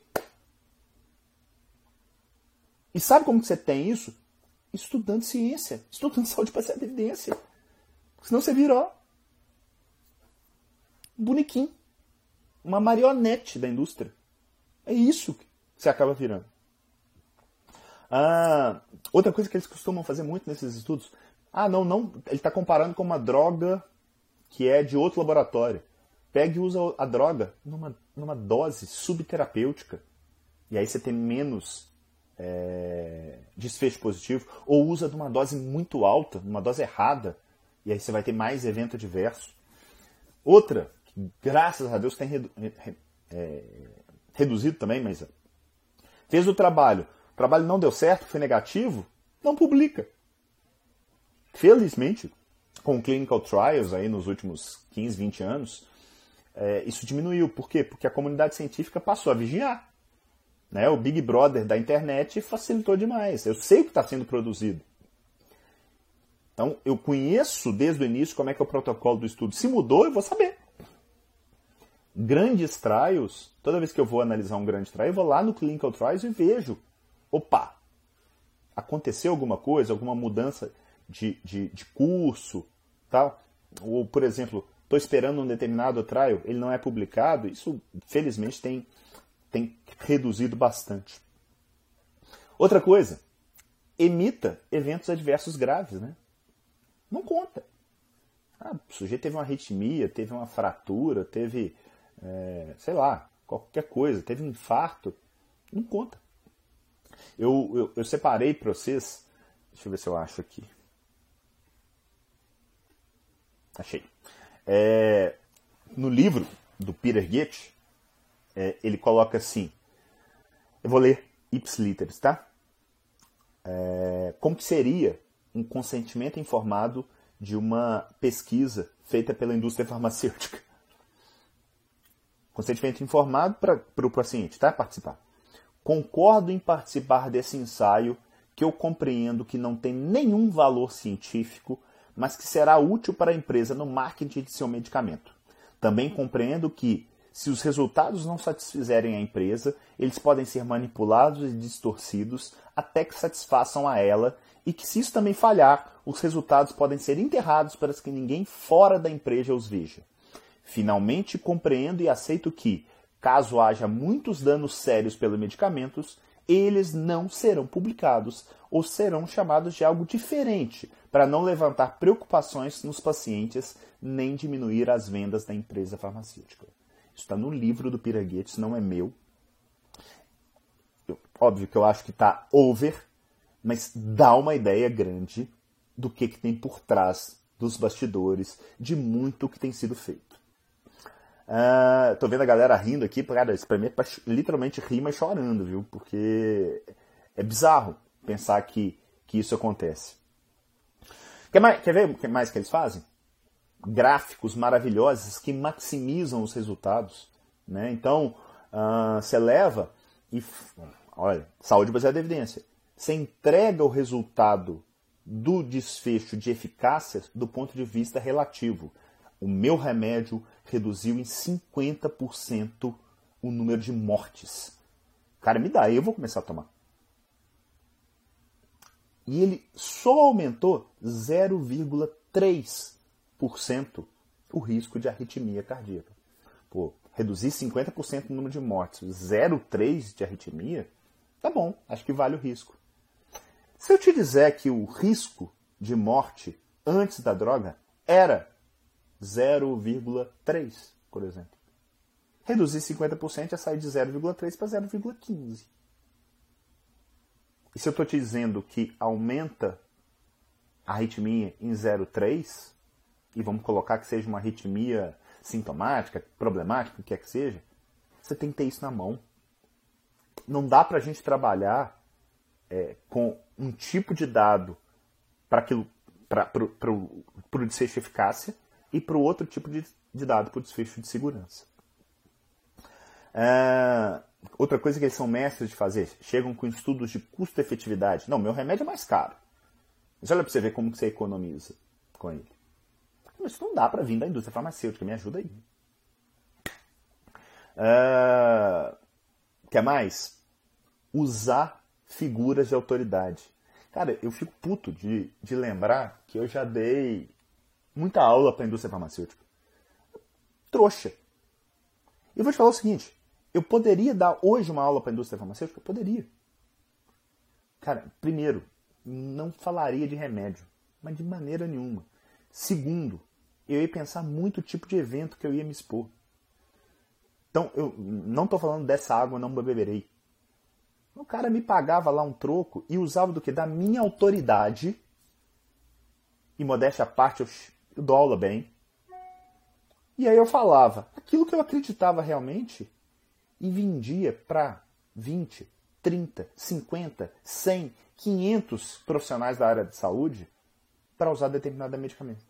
[SPEAKER 1] E sabe como que você tem isso? Estudando ciência. Estudando saúde baseada em evidência. Senão você virou um bonequinho. Uma marionete da indústria. É isso que você acaba virando. Ah, outra coisa que eles costumam fazer muito nesses estudos. Ah, não, não. Ele está comparando com uma droga que é de outro laboratório. Pega e usa a droga numa, numa dose subterapêutica. E aí você tem menos é, desfecho positivo. Ou usa numa dose muito alta, numa dose errada. E aí você vai ter mais evento adverso. Outra, que graças a Deus tem redu é, reduzido também, mas fez o trabalho. O trabalho não deu certo, foi negativo, não publica. Felizmente, com clinical trials aí nos últimos quinze, vinte anos, é, isso diminuiu. Por quê? Porque a comunidade científica passou a vigiar. Né? O Big Brother da internet facilitou demais. Eu sei o que está sendo produzido. Então, eu conheço desde o início como é que é o protocolo do estudo. Se mudou, eu vou saber. Grandes trials, toda vez que eu vou analisar um grande trial, eu vou lá no clinical trials e vejo. Opa, aconteceu alguma coisa, alguma mudança de, de, de curso, tal? Ou, por exemplo, estou esperando um determinado trial, ele não é publicado, isso, felizmente, tem, tem reduzido bastante. Outra coisa, emita eventos adversos graves, né? Não conta. Ah, o sujeito teve uma arritmia, teve uma fratura, teve, é, sei lá, qualquer coisa, teve um infarto, não conta. Eu, eu, eu separei para vocês, deixa eu ver se eu acho aqui. Achei. É, no livro do Peter Goethe, é, ele coloca assim, eu vou ler ipsiliteris, tá? É, como que seria um consentimento informado de uma pesquisa feita pela indústria farmacêutica? Consentimento informado para o paciente, tá? Participar. Concordo em participar desse ensaio que eu compreendo que não tem nenhum valor científico, mas que será útil para a empresa no marketing de seu medicamento. Também compreendo que, se os resultados não satisfizerem a empresa, eles podem ser manipulados e distorcidos até que satisfaçam a ela, e que, se isso também falhar, os resultados podem ser enterrados para que ninguém fora da empresa os veja. Finalmente, compreendo e aceito que, caso haja muitos danos sérios pelos medicamentos, eles não serão publicados ou serão chamados de algo diferente, para não levantar preocupações nos pacientes nem diminuir as vendas da empresa farmacêutica. Isso está no livro do Peter Goethe, não é meu. Eu, óbvio que eu acho que está over, mas dá uma ideia grande do que, que tem por trás dos bastidores de muito que tem sido feito. Uh, tô vendo a galera rindo aqui, cara, isso pra mim é pra, literalmente rir, mas chorando, viu? Porque é bizarro pensar que, que isso acontece. Quer, mais, quer ver o que mais que eles fazem? Gráficos maravilhosos que maximizam os resultados. Né? Então, uh, você leva e... Olha, saúde baseada em evidência. Você entrega o resultado do desfecho de eficácia do ponto de vista relativo. O meu remédio reduziu em cinquenta por cento o número de mortes. Cara, me dá, eu vou começar a tomar. E ele só aumentou zero vírgula três por cento o risco de arritmia cardíaca. Pô, reduzir cinquenta por cento o número de mortes, zero vírgula três por cento de arritmia, tá bom, acho que vale o risco. Se eu te disser que o risco de morte antes da droga era zero vírgula três, por exemplo. Reduzir cinquenta por cento é sair de zero vírgula três para zero vírgula quinze. E se eu estou te dizendo que aumenta a arritmia em zero vírgula três, e vamos colocar que seja uma arritmia sintomática, problemática, o que quer que seja, Você tem que ter isso na mão. Não dá para a gente trabalhar é, com um tipo de dado para o desfecho de eficácia e para o outro tipo de, de dado para o desfecho de segurança. É, outra coisa que eles são mestres de fazer, chegam com estudos de custo-efetividade. Não, meu remédio é mais caro. Mas olha para você ver como que você economiza com ele. Mas isso não dá para vir da indústria farmacêutica, me ajuda aí. O uh, que mais? Usar figuras de autoridade. Cara, eu fico puto de, de lembrar que eu já dei muita aula para a indústria farmacêutica. Trouxa. E eu vou te falar o seguinte, eu poderia dar hoje uma aula para a indústria farmacêutica? Eu poderia. Cara, primeiro, não falaria de remédio, mas de maneira nenhuma. Segundo, eu ia pensar muito o tipo de evento que eu ia me expor. Então, eu não estou falando dessa água, não beberei. O cara me pagava lá um troco e usava do que? Da minha autoridade. E modéstia à parte, eu, eu dou aula bem. E aí eu falava aquilo que eu acreditava realmente e vendia para vinte, trinta, cinquenta, cem, quinhentos profissionais da área de saúde para usar determinado medicamento.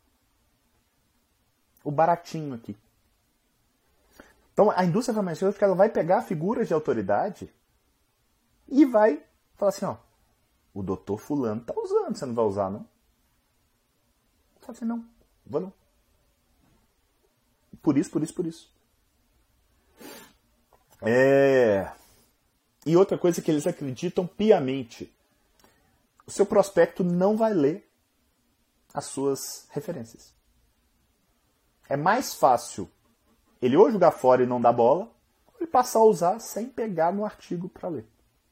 [SPEAKER 1] O baratinho aqui. Então, a indústria farmacêutica ela vai pegar figuras de autoridade e vai falar assim, ó, o doutor fulano está usando, você não vai usar, não? Fala assim, não, vou não. Por isso, por isso, por isso. É... E outra coisa que eles acreditam piamente, o seu prospecto não vai ler as suas referências. É mais fácil ele ou jogar fora e não dar bola, ou ele passar a usar sem pegar no artigo para ler.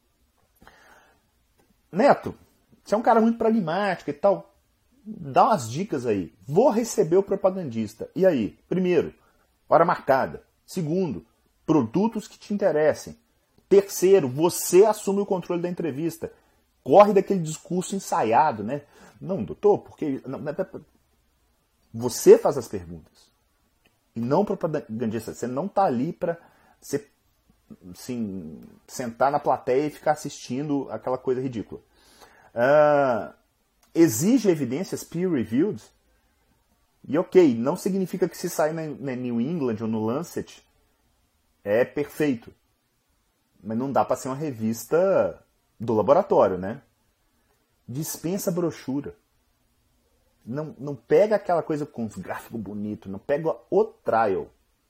[SPEAKER 1] Neto, você é um cara muito pragmático e tal, dá umas dicas aí. Vou receber o propagandista. E aí? Primeiro, hora marcada. Segundo, produtos que te interessem. Terceiro, você assume o controle da entrevista. Corre daquele discurso ensaiado, né? Não, doutor, porque... Não, você faz as perguntas. E não propagandista. Você não está ali para você assim, sentar na plateia e ficar assistindo aquela coisa ridícula. Uh, exige evidências peer-reviewed. E ok, não significa que se sair na, na New England ou no Lancet é perfeito. Mas não dá para ser uma revista do laboratório, né? Dispensa brochura. Não, não pega aquela coisa com os gráficos bonitos, não pega o trial.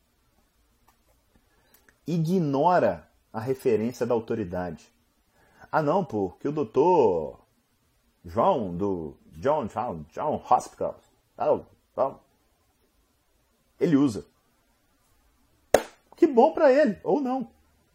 [SPEAKER 1] Ignora a referência da autoridade. Ah não, porque o doutor João, do John, John, John Hospital, tal, tal, ele usa. Que bom para ele, ou não.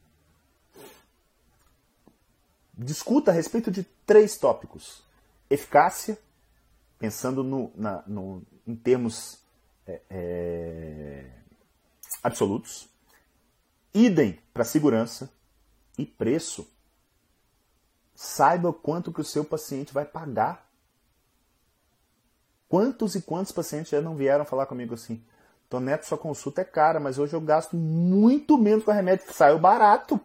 [SPEAKER 1] Discuta a respeito de três tópicos. Eficácia, pensando no, na, no, em termos é, é, absolutos. Idem para segurança e preço. Saiba quanto que o seu paciente vai pagar. Quantos e quantos pacientes já não vieram falar comigo assim? Tô Neto, sua consulta é cara, mas hoje eu gasto muito menos com remédio. Saiu barato.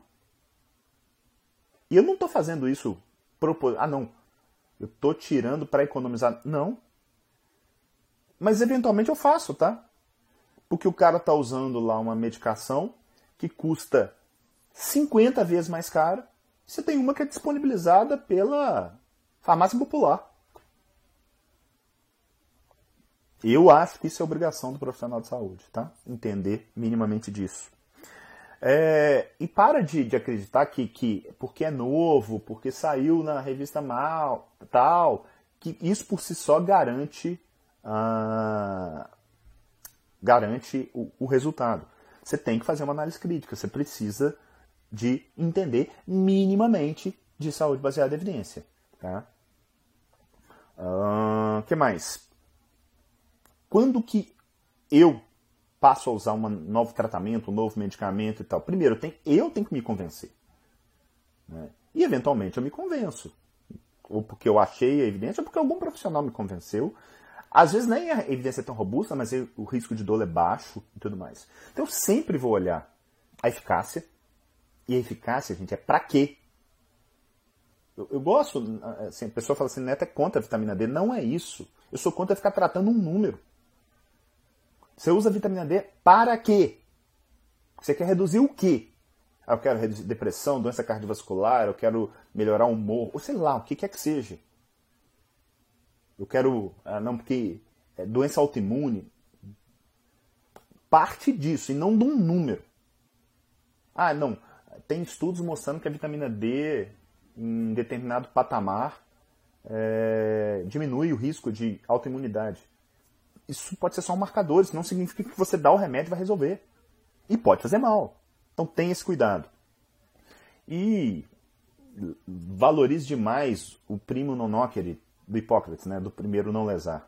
[SPEAKER 1] E eu não estou fazendo isso propos... Ah, não. Eu estou tirando para economizar. Não. Mas eventualmente eu faço, tá? Porque o cara está usando lá uma medicação que custa cinquenta vezes mais cara. Você tem uma que é disponibilizada pela farmácia popular. Eu acho que isso é obrigação do profissional de saúde, tá? Entender minimamente disso. É, e para de, de acreditar que, que porque é novo, porque saiu na revista mal, tal, que isso por si só garante, ah, garante o, o resultado. Você tem que fazer uma análise crítica, você precisa de entender minimamente de saúde baseada em evidência. Tá? Ah, que mais? Quando que eu passo a usar um novo tratamento, um novo medicamento e tal? Primeiro, tem, eu tenho que me convencer. Né? E, eventualmente, eu me convenço. Ou porque eu achei a evidência, ou porque algum profissional me convenceu. Às vezes nem a evidência é tão robusta, mas o risco de dor é baixo e tudo mais. Então, eu sempre vou olhar a eficácia. E a eficácia, gente, é pra quê? Eu, eu gosto, assim, a pessoa fala assim, Neto é contra a vitamina D. Não é isso. Eu sou contra ficar tratando um número. Você usa a vitamina D para quê? Você quer reduzir o quê? Ah, eu quero reduzir depressão, doença cardiovascular, eu quero melhorar o humor, ou sei lá, o que quer que seja. Eu quero, ah, não, porque é doença autoimune. Parte disso, e não de um número. Ah, não, tem estudos mostrando que a vitamina D, em determinado patamar, é, diminui o risco de autoimunidade. Isso pode ser só um marcador, isso não significa que você dá o remédio e vai resolver. E pode fazer mal. Então tenha esse cuidado. E valorize demais o primo non nocere do Hipócrates, né? Do primeiro não lesar.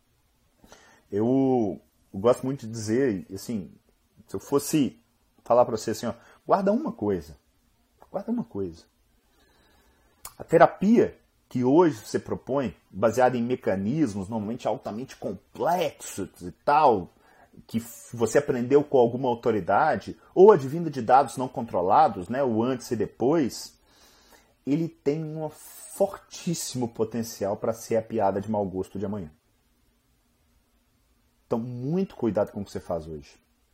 [SPEAKER 1] Eu, eu gosto muito de dizer, assim, se eu fosse falar para você assim, ó, guarda uma coisa. Guarda uma coisa. A terapia que hoje você propõe, baseada em mecanismos normalmente altamente complexos e tal, que você aprendeu com alguma autoridade, ou advindo de dados não controlados, né, o antes e depois, ele tem um fortíssimo potencial para ser a piada de mau gosto de amanhã. Então, muito cuidado com o que você faz hoje.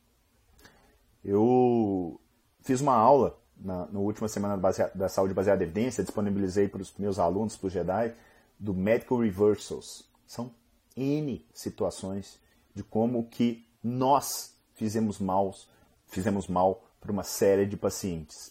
[SPEAKER 1] Eu fiz uma aula na, na última semana da Saúde Baseada em Evidência, disponibilizei para os meus alunos, para o Jedi, do Medical Reversals. São N situações de como que nós fizemos mal, fizemos mal para uma série de pacientes.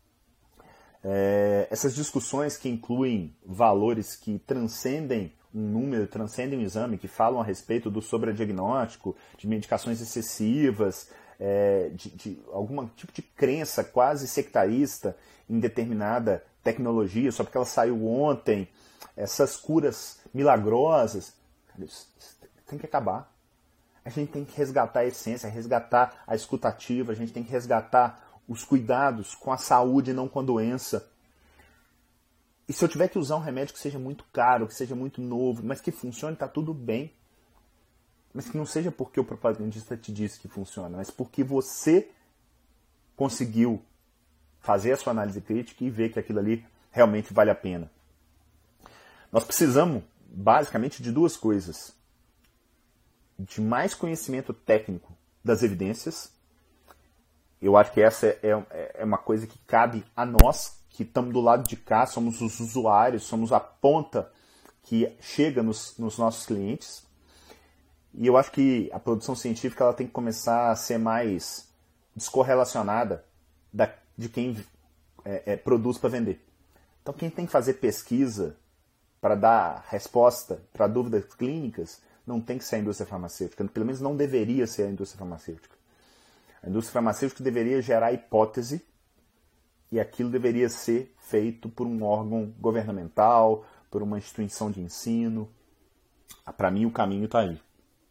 [SPEAKER 1] É, essas discussões que incluem valores que transcendem um número, transcendem um exame, que falam a respeito do sobrediagnóstico, de medicações excessivas, é, de, de algum tipo de crença quase sectarista em determinada tecnologia, só porque ela saiu ontem, essas curas milagrosas, isso tem que acabar. A gente tem que resgatar a essência, resgatar a escutativa, a gente tem que resgatar os cuidados com a saúde e não com a doença. E se eu tiver que usar um remédio que seja muito caro, que seja muito novo, mas que funcione, está tudo bem. Mas que não seja porque o propagandista te disse que funciona, mas porque você conseguiu fazer a sua análise crítica e ver que aquilo ali realmente vale a pena. Nós precisamos, basicamente, de duas coisas. De mais conhecimento técnico das evidências. Eu acho que essa é, é uma coisa que cabe a nós, que estamos do lado de cá, somos os usuários, somos a ponta que chega nos, nos nossos clientes. E eu acho que a produção científica ela tem que começar a ser mais descorrelacionada da, de quem é, é, produz para vender. Então quem tem que fazer pesquisa para dar resposta para dúvidas clínicas não tem que ser a indústria farmacêutica, pelo menos não deveria ser a indústria farmacêutica. A indústria farmacêutica deveria gerar hipótese e aquilo deveria ser feito por um órgão governamental, por uma instituição de ensino. Para mim, o caminho está aí.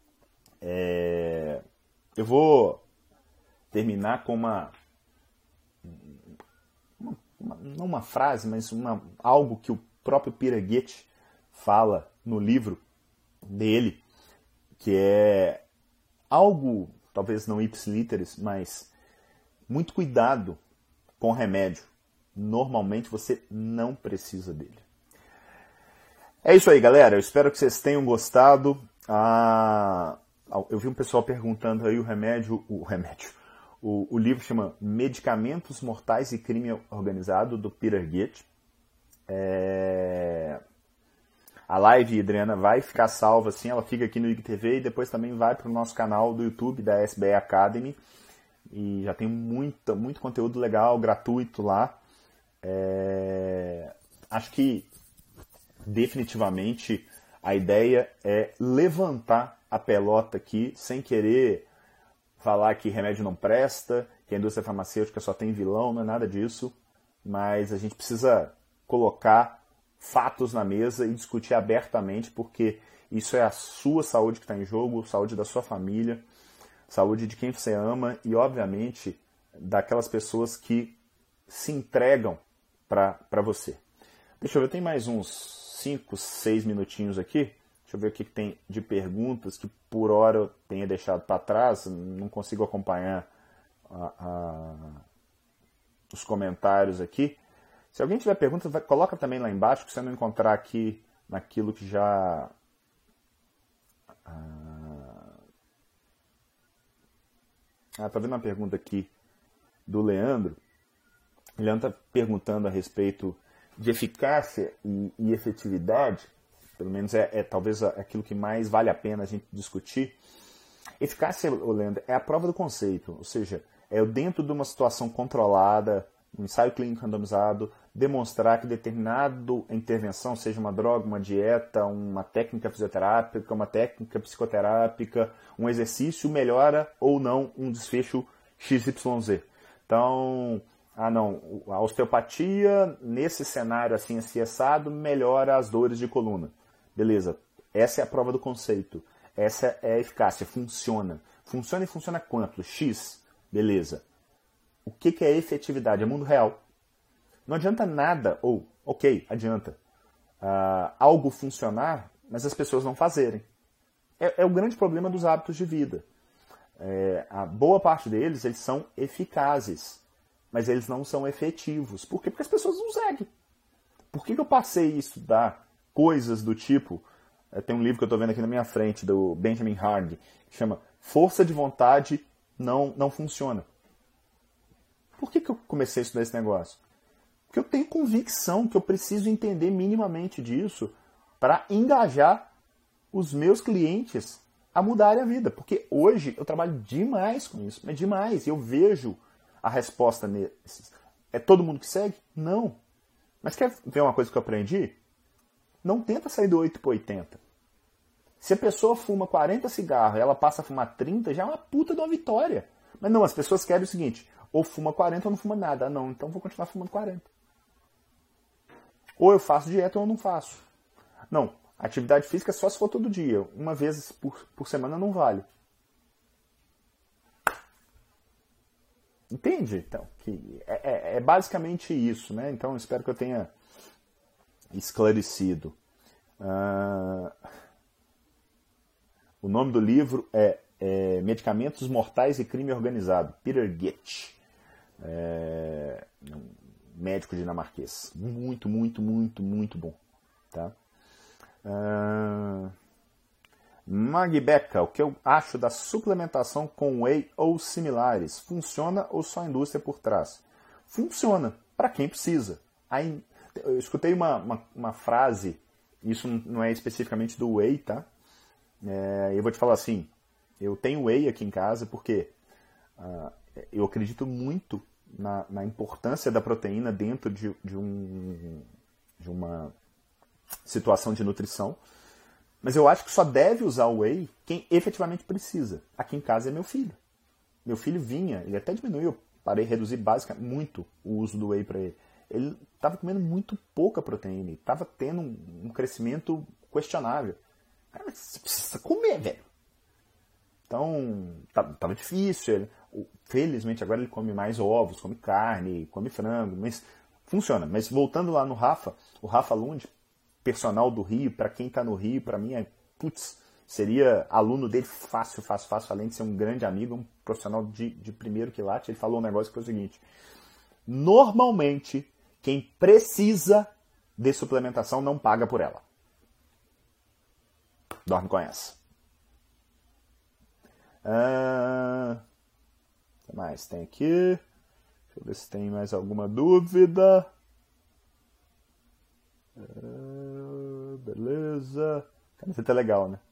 [SPEAKER 1] É... Eu vou terminar com uma, uma, uma não uma frase, mas uma, algo que o próprio Piaget fala no livro dele, que é algo, talvez não ipsiliteris, mas muito cuidado com remédio. Normalmente você não precisa dele. É isso aí, galera. Eu espero que vocês tenham gostado. Ah, eu vi um pessoal perguntando aí o remédio, o remédio. O, o livro chama Medicamentos Mortais e Crime Organizado, do Piaget. É... A live, Adriana, vai ficar salva assim, ela fica aqui no I G T V e depois também vai para o nosso canal do YouTube da S B E Academy. E já tem muito, muito conteúdo legal, gratuito lá. É... Acho que definitivamente a ideia é levantar a pelota aqui, sem querer falar que remédio não presta, que a indústria farmacêutica só tem vilão, não é nada disso. Mas a gente precisa colocar fatos na mesa e discutir abertamente, porque isso é a sua saúde que está em jogo, saúde da sua família, saúde de quem você ama e, obviamente, daquelas pessoas que se entregam para você. Deixa eu ver, tem mais uns cinco, seis minutinhos aqui. Deixa eu ver o que tem de perguntas que por hora eu tenha deixado para trás, não consigo acompanhar a, a, os comentários aqui. Se alguém tiver perguntas, vai, coloca também lá embaixo, que você não encontrar aqui naquilo que já... Ah, tá vendo uma pergunta aqui do Leandro. O Leandro está perguntando a respeito de eficácia e, e efetividade. Pelo menos é, é talvez aquilo que mais vale a pena a gente discutir. Eficácia, Leandro, é a prova do conceito. Ou seja, é eu dentro de uma situação controlada, um ensaio clínico randomizado, demonstrar que determinada intervenção, seja uma droga, uma dieta, uma técnica fisioterápica, uma técnica psicoterápica, um exercício, melhora ou não um desfecho X Y Z. Então, ah não, a osteopatia, nesse cenário assim, assim assado, melhora as dores de coluna. Beleza, essa é a prova do conceito. Essa é a eficácia, funciona. Funciona e funciona quanto? X, beleza. O que, que é efetividade? É mundo real. Não adianta nada, ou, ok, adianta, uh, algo funcionar, mas as pessoas não fazerem. É, é o grande problema dos hábitos de vida. É, a boa parte deles, eles são eficazes, mas eles não são efetivos. Por quê? Porque as pessoas não seguem. Por que, que eu passei a estudar coisas do tipo... Tem um livro que eu estou vendo aqui na minha frente, do Benjamin Hardy, que chama Força de Vontade Não, não Funciona. Por que, que eu comecei a estudar esse negócio? Porque eu tenho convicção que eu preciso entender minimamente disso para engajar os meus clientes a mudarem a vida. Porque hoje eu trabalho demais com isso, mas demais. E eu vejo a resposta nesses. É todo mundo que segue? Não. Mas quer ver uma coisa que eu aprendi? Não tenta sair do oito para oitenta. Se a pessoa fuma quarenta cigarros e ela passa a fumar trinta, já é uma puta de uma vitória. Mas não, as pessoas querem o seguinte, ou fuma quarenta ou não fuma nada. Ah, não, então vou continuar fumando quarenta. Ou eu faço dieta ou eu não faço. Não, atividade física só se for todo dia. Uma vez por, por semana não vale. Entende? Então, que é, é, é basicamente isso, né? Então, espero que eu tenha esclarecido. Uh, o nome do livro é, é Medicamentos Mortais e Crime Organizado, Peter Gett, é, um médico dinamarquês, muito, muito, muito, muito bom, tá? Uh, Magbeca, o que eu acho da suplementação com whey ou similares? Funciona ou só a indústria por trás? Funciona, para quem precisa. Aí, eu escutei uma, uma, uma frase, isso não é especificamente do whey, tá? É, eu vou te falar assim, eu tenho whey aqui em casa porque uh, eu acredito muito na, na importância da proteína dentro de, de, um, de uma situação de nutrição, mas eu acho que só deve usar o whey quem efetivamente precisa. Aqui em casa é meu filho. Meu filho vinha, ele até diminuiu, eu parei, reduzi basicamente muito o uso do whey para ele. Ele estava comendo muito pouca proteína, estava tendo um, um crescimento questionável. Cara, mas você precisa comer, velho. Então, estava difícil. Ele, felizmente, agora ele come mais ovos, come carne, come frango, mas funciona. Mas voltando lá no Rafa, o Rafa Lund, personal do Rio, para quem está no Rio, para mim, é, putz, seria aluno dele fácil, fácil, fácil, além de ser um grande amigo, um profissional de, de primeiro quilate. Ele falou um negócio que foi o seguinte: normalmente, quem precisa de suplementação não paga por ela. Dorme com essa. Ah, o que mais tem aqui? Deixa eu ver se tem mais alguma dúvida. Ah, beleza. Camiseta é legal, né?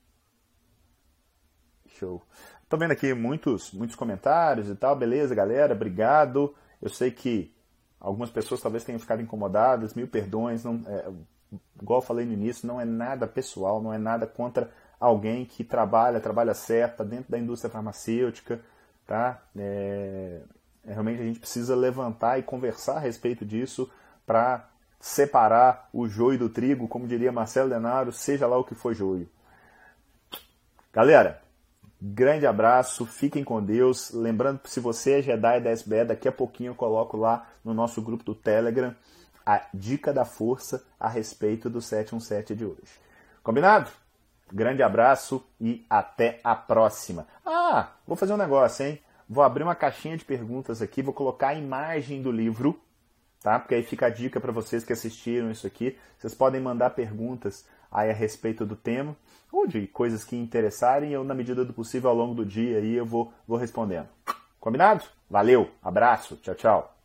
[SPEAKER 1] Show. Tô vendo aqui muitos, muitos comentários e tal. Beleza, galera? Obrigado. Eu sei que algumas pessoas talvez tenham ficado incomodadas, mil perdões. Não, é, igual eu falei no início, não é nada pessoal, não é nada contra alguém que trabalha, trabalha certo, dentro da indústria farmacêutica, tá? É, é, realmente a gente precisa levantar e conversar a respeito disso para separar o joio do trigo, como diria Marcelo Denaro, seja lá o que for joio. Galera, grande abraço, fiquem com Deus. Lembrando que se você é Jedi da S B E, daqui a pouquinho eu coloco lá no nosso grupo do Telegram a dica da força a respeito do sete um sete de hoje. Combinado? Grande abraço e até a próxima. Ah, vou fazer um negócio, hein? vou abrir uma caixinha de perguntas aqui, vou colocar a imagem do livro, tá? Porque aí fica a dica para vocês que assistiram isso aqui. Vocês podem mandar perguntas aí a respeito do tema, ou de coisas que interessarem, eu, na medida do possível, ao longo do dia, aí eu vou, vou respondendo. Combinado? Valeu, abraço, tchau, tchau.